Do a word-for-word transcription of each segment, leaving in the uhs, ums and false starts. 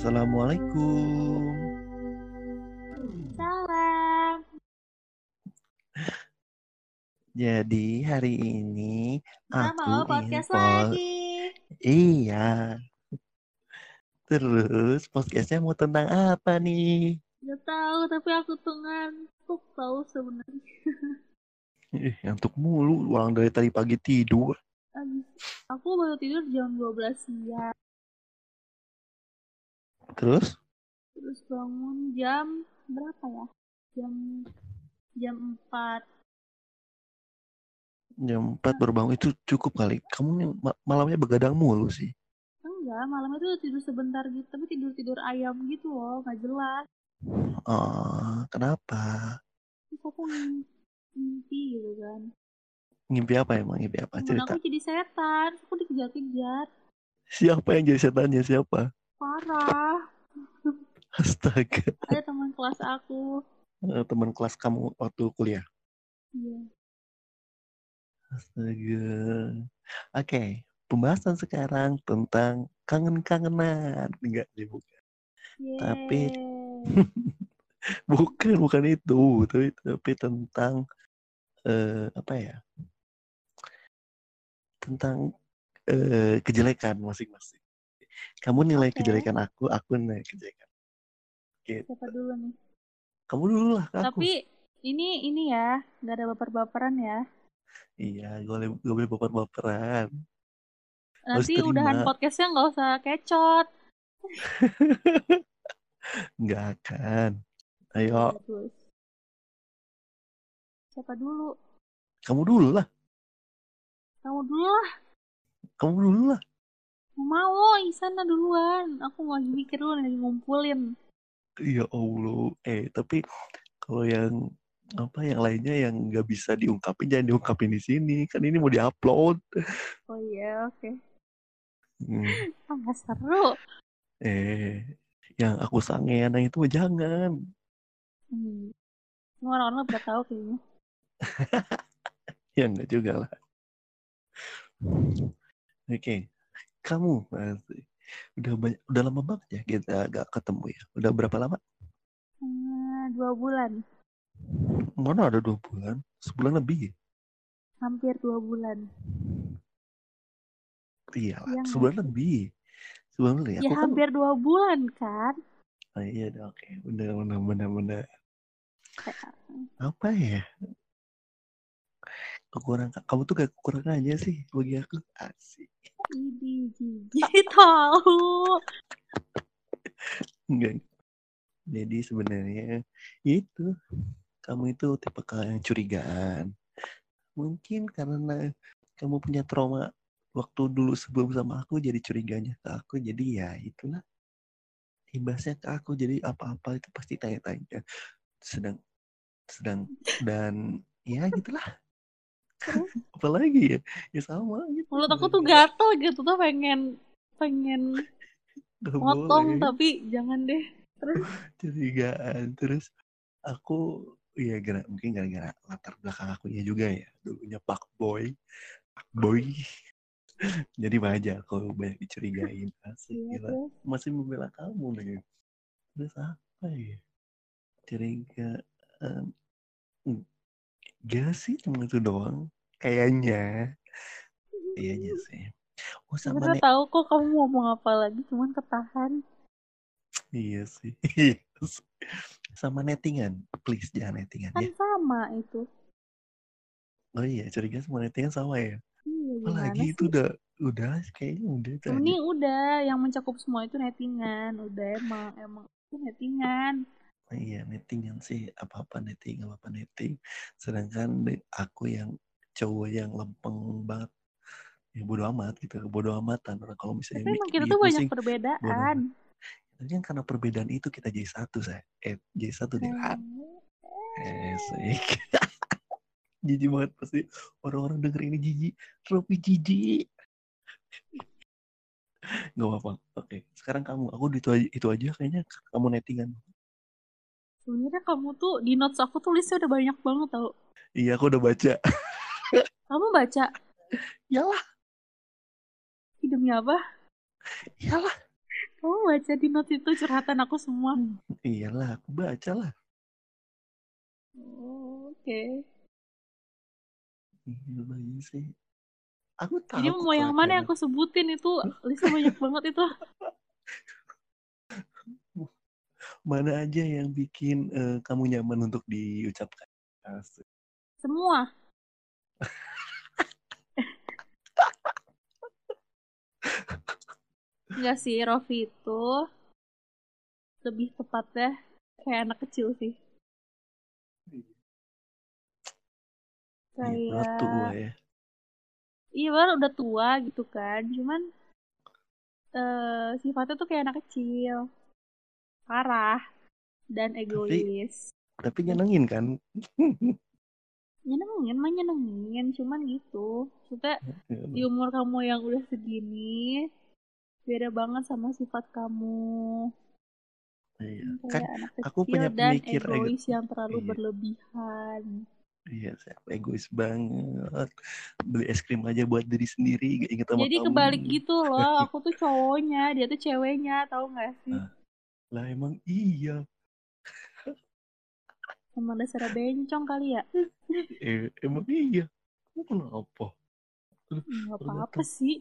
Assalamualaikum. Salam. Jadi hari ini Kita aku mau ingin podcast po- lagi. Iya. Terus podcastnya mau tentang apa nih? Gak tahu, tapi aku tuh ngantuk tahu sebenarnya. Ih, ngantuk mulu. Orang dari tadi pagi tidur. Abis aku baru tidur jam dua belas siang. Terus Terus bangun jam berapa ya? Jam jam empat. jam empat baru bangun itu cukup kali. Kamu nih ma- malamnya begadang mulu sih. Enggak, malam itu tidur sebentar gitu, tapi tidur-tidur ayam gitu loh, gak jelas. Oh, kenapa? Terus aku mimpi gitu kan. Ngimpi apa emang? Ngimpi apa? Temen Cerita. aku jadi setan, terus aku dikejar-kejar. Siapa yang jadi setannya? Siapa? Parah. Astaga. Ada teman kelas aku. Eh, Teman kelas kamu waktu kuliah. Iya. Astaga. Oke, pembahasan sekarang tentang kangen-kangenan. Enggak sih, bukan. Tapi Yeay. bukan, bukan itu. Tapi, tapi tentang eh, apa ya? Tentang eh, kejelekan masing-masing. Kamu nilai Oke. kejelekan aku, aku nilai kejelekan. Gitu. Siapa dulu nih? Kamu dulu lah ke aku. Tapi ini ini ya, nggak ada baper-baperan ya. Iya, gue boleh, gue boleh baper-baperan. Harus Nanti udahan terima. podcastnya nggak usah kecot. Nggak akan. Oke, Ayo, bagus. Siapa dulu? kamu dulu lah. Kamu dulu lah. Kamu dulu lah. Mau, Isana duluan. Aku mau lagi mikir dulu, lagi ngumpulin. Ya Allah. Eh, tapi kalau yang apa yang lainnya yang nggak bisa diungkapin jangan diungkapin di sini, kan ini mau diupload. Oh iya, oke. Hmm. Ah, nggak seru. Eh, yang aku sangean itu mah jangan. Hmm. Semua orang-orang pada tahu kayaknya. Ya enggak juga lah. Oke, kamu masih udah banyak, udah lama banget ya kita gak ketemu ya. Udah berapa lama? Hmm, dua bulan. Mana ada dua bulan? Sebulan lebih. Hampir dua bulan. Iya lah, Iya nggak sebulan sih? lebih. Sebulan lebih. Ya Aku kan, hampir dua bulan kan? oh, iya dah, oke, bener bener bener bener. Kayak Apa ya? Kekurangan kamu tuh gak kekurangan aja sih bagi aku. Asik. ini jijik tahu. Enggak. Jadi sebenarnya itu kamu itu tipe yang curigaan. Mungkin karena kamu punya trauma waktu dulu sebelum sama aku jadi curiganya ke aku. Jadi ya itulah imbasnya ke aku. Jadi apa-apa itu pasti tanya-tanya. Sedang sedang dan ya gitulah. Terus Apalagi ya? Ya sama gitu. mulut aku Gak, tuh gak, gatel gitu tuh, pengen pengen gak motong boleh. tapi jangan deh. Terus Curigaan. Terus aku ya gara, mungkin gara-gara latar belakang akunya juga ya. Dulunya Pak Boy. Pak Boy. Jadi wajar kalau banyak dicurigain. Asik, iya, gila. terus Masih membela kamu nih. Terus apa ya? Curiga. Um, gak sih, cuma itu doang. Kayaknya. Kayaknya sih. Oh sama sebenarnya nek. tahu kok kamu mau ngomong apa lagi, cuman ketahan. Iya sih. Iya sih. Sama nettingan. Please jangan nettingan Kan ya. sama itu. Oh iya, curiga sama nettingan sama ya. Iya, Apalagi gimana itu sih? udah. Udah kayaknya udah itu Yang aja. penting udah, yang mencakup semua itu nettingan. Udah, emang emang itu nettingan. Oh, iya, nettingan sih. Apa-apa netting, apa-apa netting. Sedangkan aku yang cowok yang lempeng banget. Ya bodo amat gitu, bodo amatan. Orang kalau misalnya Tapi emang kita bikin tuh banyak pusing, bodo perbedaan. amat. Tapi kan karena perbedaan itu kita jadi satu, saya. Eh, jadi satu deh. Ah, Hmm. eh, sih. Jijik banget pasti orang-orang denger ini jijik. Robi jijik. Gak apa-apa. Oke, sekarang kamu. Aku itu aja, itu aja kayaknya kamu nettingan. Sebenarnya kamu tuh di notes aku tulisnya udah banyak banget tau. Iya, aku udah baca. Kamu baca? Yalah, Ih, demi apa? yalah. Oh, baca di notes itu curhatan aku semua. Iyalah, aku baca lah. Oh, oke. Okay. Gila sih. Aku Jadi tahu mau yang mana yang kekuatannya. aku sebutin itu listnya banyak banget itu. Mana aja yang bikin uh, kamu nyaman untuk diucapkan. Asik. Semua. Enggak sih, Rofi itu lebih tepatnya kayak anak kecil sih. Iya, udah tua Kayak ya. iya baru udah tua gitu kan. Cuman uh, sifatnya tuh kayak anak kecil. Parah dan Tapi egois. tapi nyenengin kan? Nyenengin mah nyenengin, cuman gitu. Maksudnya di umur kamu yang udah segini beda banget sama sifat kamu. Iya. Kan Kayak anak aku kecil punya dan pemikir ego. egois yang terlalu Iya. berlebihan. Iya, saya egois banget. Beli es krim aja buat diri sendiri, gak inget sama Jadi kamu. kebalik gitu loh, aku tuh cowoknya, dia tuh ceweknya, tahu nggak sih? Nah, lah emang iya. Emang dasar bencong kali ya? Eh, emang iya. Kamu kenapa? Nggak apa-apa Datang. sih.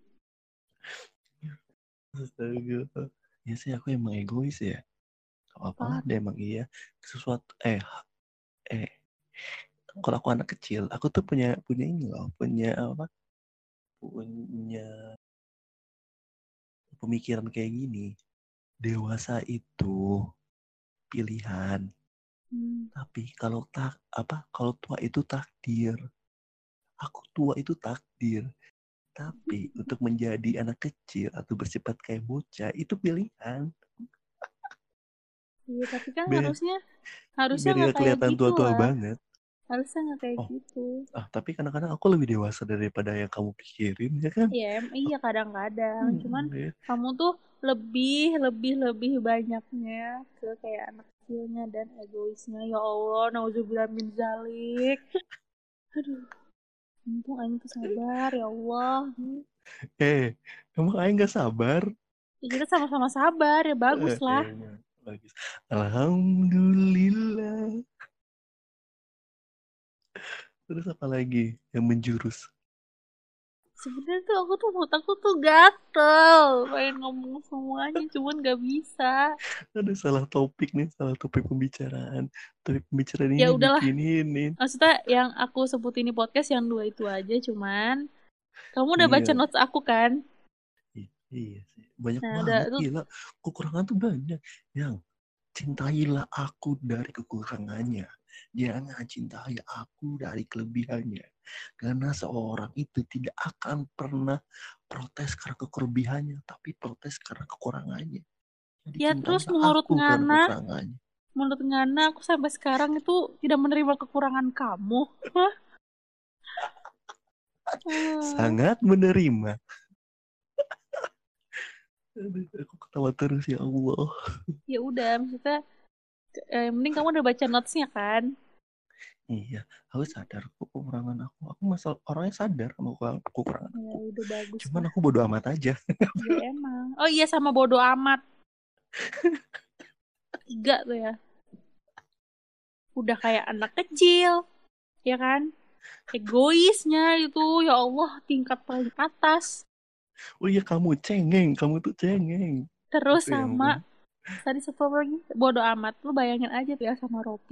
Astaga. Ya sih aku emang egois ya. Gak apa lah, Parah. deh emang iya. Sesuatu eh eh kalau aku anak kecil, aku tuh punya punya ini loh, punya apa? Punya pemikiran kayak gini. Dewasa itu pilihan, Hmm. tapi kalau tak apa? Kalau tua itu takdir. Aku tua itu takdir. Tapi untuk menjadi anak kecil atau bersifat kayak bocah itu pilihan. Iya, tapi kan Biar, harusnya harusnya biar nggak gak kayak kelihatan gitu tua-tua lah. banget. Harusnya nggak kayak Oh, gitu. ah, tapi kadang-kadang aku lebih dewasa daripada yang kamu pikirin, ya kan? Iya, em- iya kadang-kadang. Cuman Hmm, ya. kamu tuh lebih, lebih, lebih banyaknya ke kayak anak kecilnya dan egoisnya. Ya Allah, nauzubillah min zalik. Aduh, untung Aing tuh sabar, ya Allah. Eh, emang Aing gak sabar? Ya, kita sama-sama sabar, ya bagus Eh, lah. emang bagus. Alhamdulillah. Terus apa lagi yang menjurus? Sebenarnya tuh aku tuh mulut aku tuh gatel. Pengen ngomong semuanya, cuman gak bisa. Ada salah topik nih, salah topik pembicaraan. Topik pembicaraan Ya ini udahlah, bikin ini. maksudnya yang aku sebutin di podcast yang dua itu aja, cuman kamu udah baca Iya, notes aku kan? I- iya sih. Banyak Nah, udah banget, itu gila. Kekurangan tuh banyak. Yang cintailah aku dari kekurangannya. Jangan cintai aku dari kelebihannya. Karena seorang itu tidak akan pernah protes karena kelebihannya, tapi protes karena kekurangannya. Jadi ya terus cintailah menurut aku karena Ngana, kekurangannya. menurut Ngana aku sampai sekarang itu tidak menerima kekurangan kamu. Hah? Hmm. Sangat menerima. Aduh, aku ketawa terus ya Allah. Ya udah, maksudnya eh, yang penting kamu udah baca notesnya kan? Iya, aku sadar kok kekurangan aku. Aku masal orangnya sadar sama kekurangan Ya aku. udah bagus Cuman lah. aku bodo amat aja. Ya emang. Oh iya sama bodo amat. Tiga tuh ya. Udah kayak anak kecil, ya kan? Egoisnya itu, ya Allah, tingkat paling atas. Oh iya kamu cengeng, kamu tuh cengeng. Terus Itu yang sama, paling. tadi satu lagi, bodo amat. Lu bayangin aja tuh ya sama Ropi.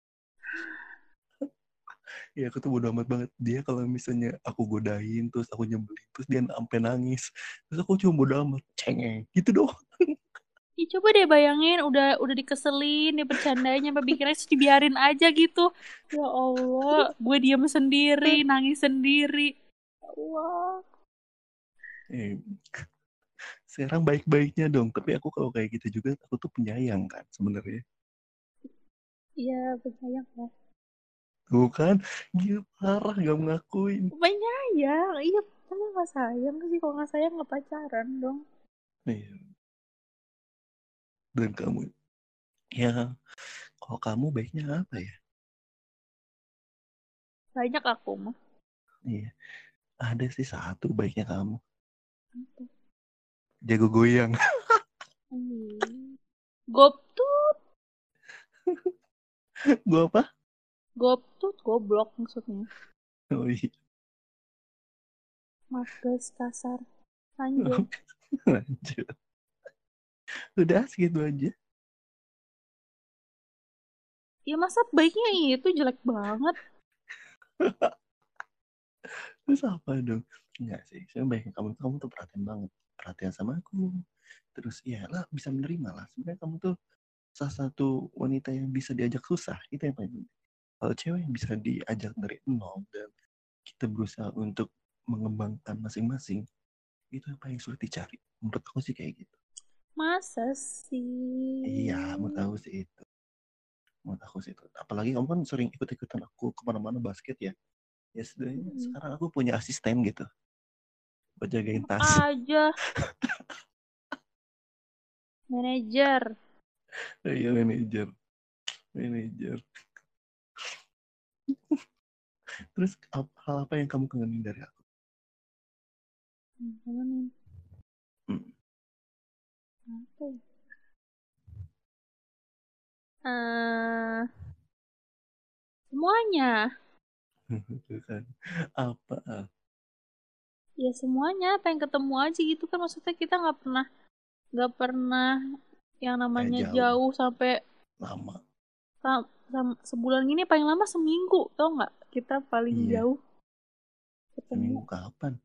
Ya aku tuh bodo amat banget. Dia kalau misalnya aku godain, terus aku nyebelin, terus dia sampai nangis. Terus aku cuma bodo amat, cengeng. Gitu doang. Ih, coba deh bayangin, udah udah dikeselin, dibercandain, sampai bikinnya terus dibiarin aja gitu. Ya Allah, gue diem sendiri, nangis sendiri. Ya Allah. Eh, sekarang baik-baiknya dong. Tapi aku kalau kayak gitu juga, aku tuh penyayang kan sebenarnya. Iya, penyayang lah. Tuh kan, gila parah gak ngakuin. Penyayang, iya. Kamu nggak sayang sih, kalau nggak sayang nggak pacaran dong. Iya. Dan kamu, ya kalau kamu baiknya apa ya? Banyak aku mah. Iya, ada sih satu baiknya kamu. Jago goyang. Hmm. Goptut. Gua apa? Goptut, goblok maksudnya. Oh iya. Maaf guys, kasar. Lanjut. Lanjut. Udah segitu aja. Ya masa baiknya itu jelek banget. Terus apa dong? Enggak sih. Sebenarnya baiknya kamu kamu tuh perhatian banget. Perhatian sama aku. Terus ya lah bisa menerima lah. Sebenarnya kamu tuh salah satu wanita yang bisa diajak susah. Itu yang paling penting. Kalau cewek yang bisa diajak dari nol dan kita berusaha untuk mengembangkan masing-masing, itu yang paling sulit dicari. Menurut aku sih kayak gitu. Masa sih? Iya, menurut aku sih itu. Menurut aku sih itu. Apalagi kamu kan sering ikut-ikutan aku kemana-mana basket ya. Ya sebenarnya Hmm. sekarang aku punya asisten gitu. Buat jagain Enak tas. aja. Manajer. Iya, manajer. Manajer. Terus ap- hal apa yang kamu kangenin dari aku? Hmm, Hmm. apa ya? Eh, semuanya. Itu kan. Apa? Ya semuanya. Pengen ketemu aja gitu kan. Maksudnya kita nggak pernah, nggak pernah yang Ya namanya jauh. jauh sampai Lama. sam- sam- sebulan gini, paling lama seminggu, tau nggak? Kita paling Iya. jauh ketemu. Seminggu kapan?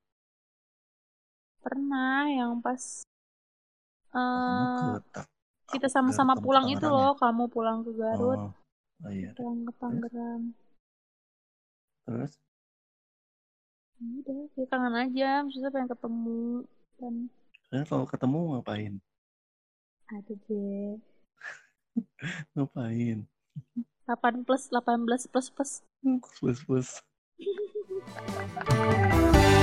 Pernah yang pas Oh, kamu ke eh tak. kita Aku ke Garut, sama-sama kamu ke pulang itu Tangerang loh. ya? Kamu pulang ke Garut, Oh, oh aku iya deh. pulang ke Terus? Tangerang. Terus? Ya udah, ya kangen aja. Maksudnya pengen ketemu. Dan Terus kalau ketemu ngapain? ada deh. Ngapain? delapan plus, delapan belas plus plus. Plus plus.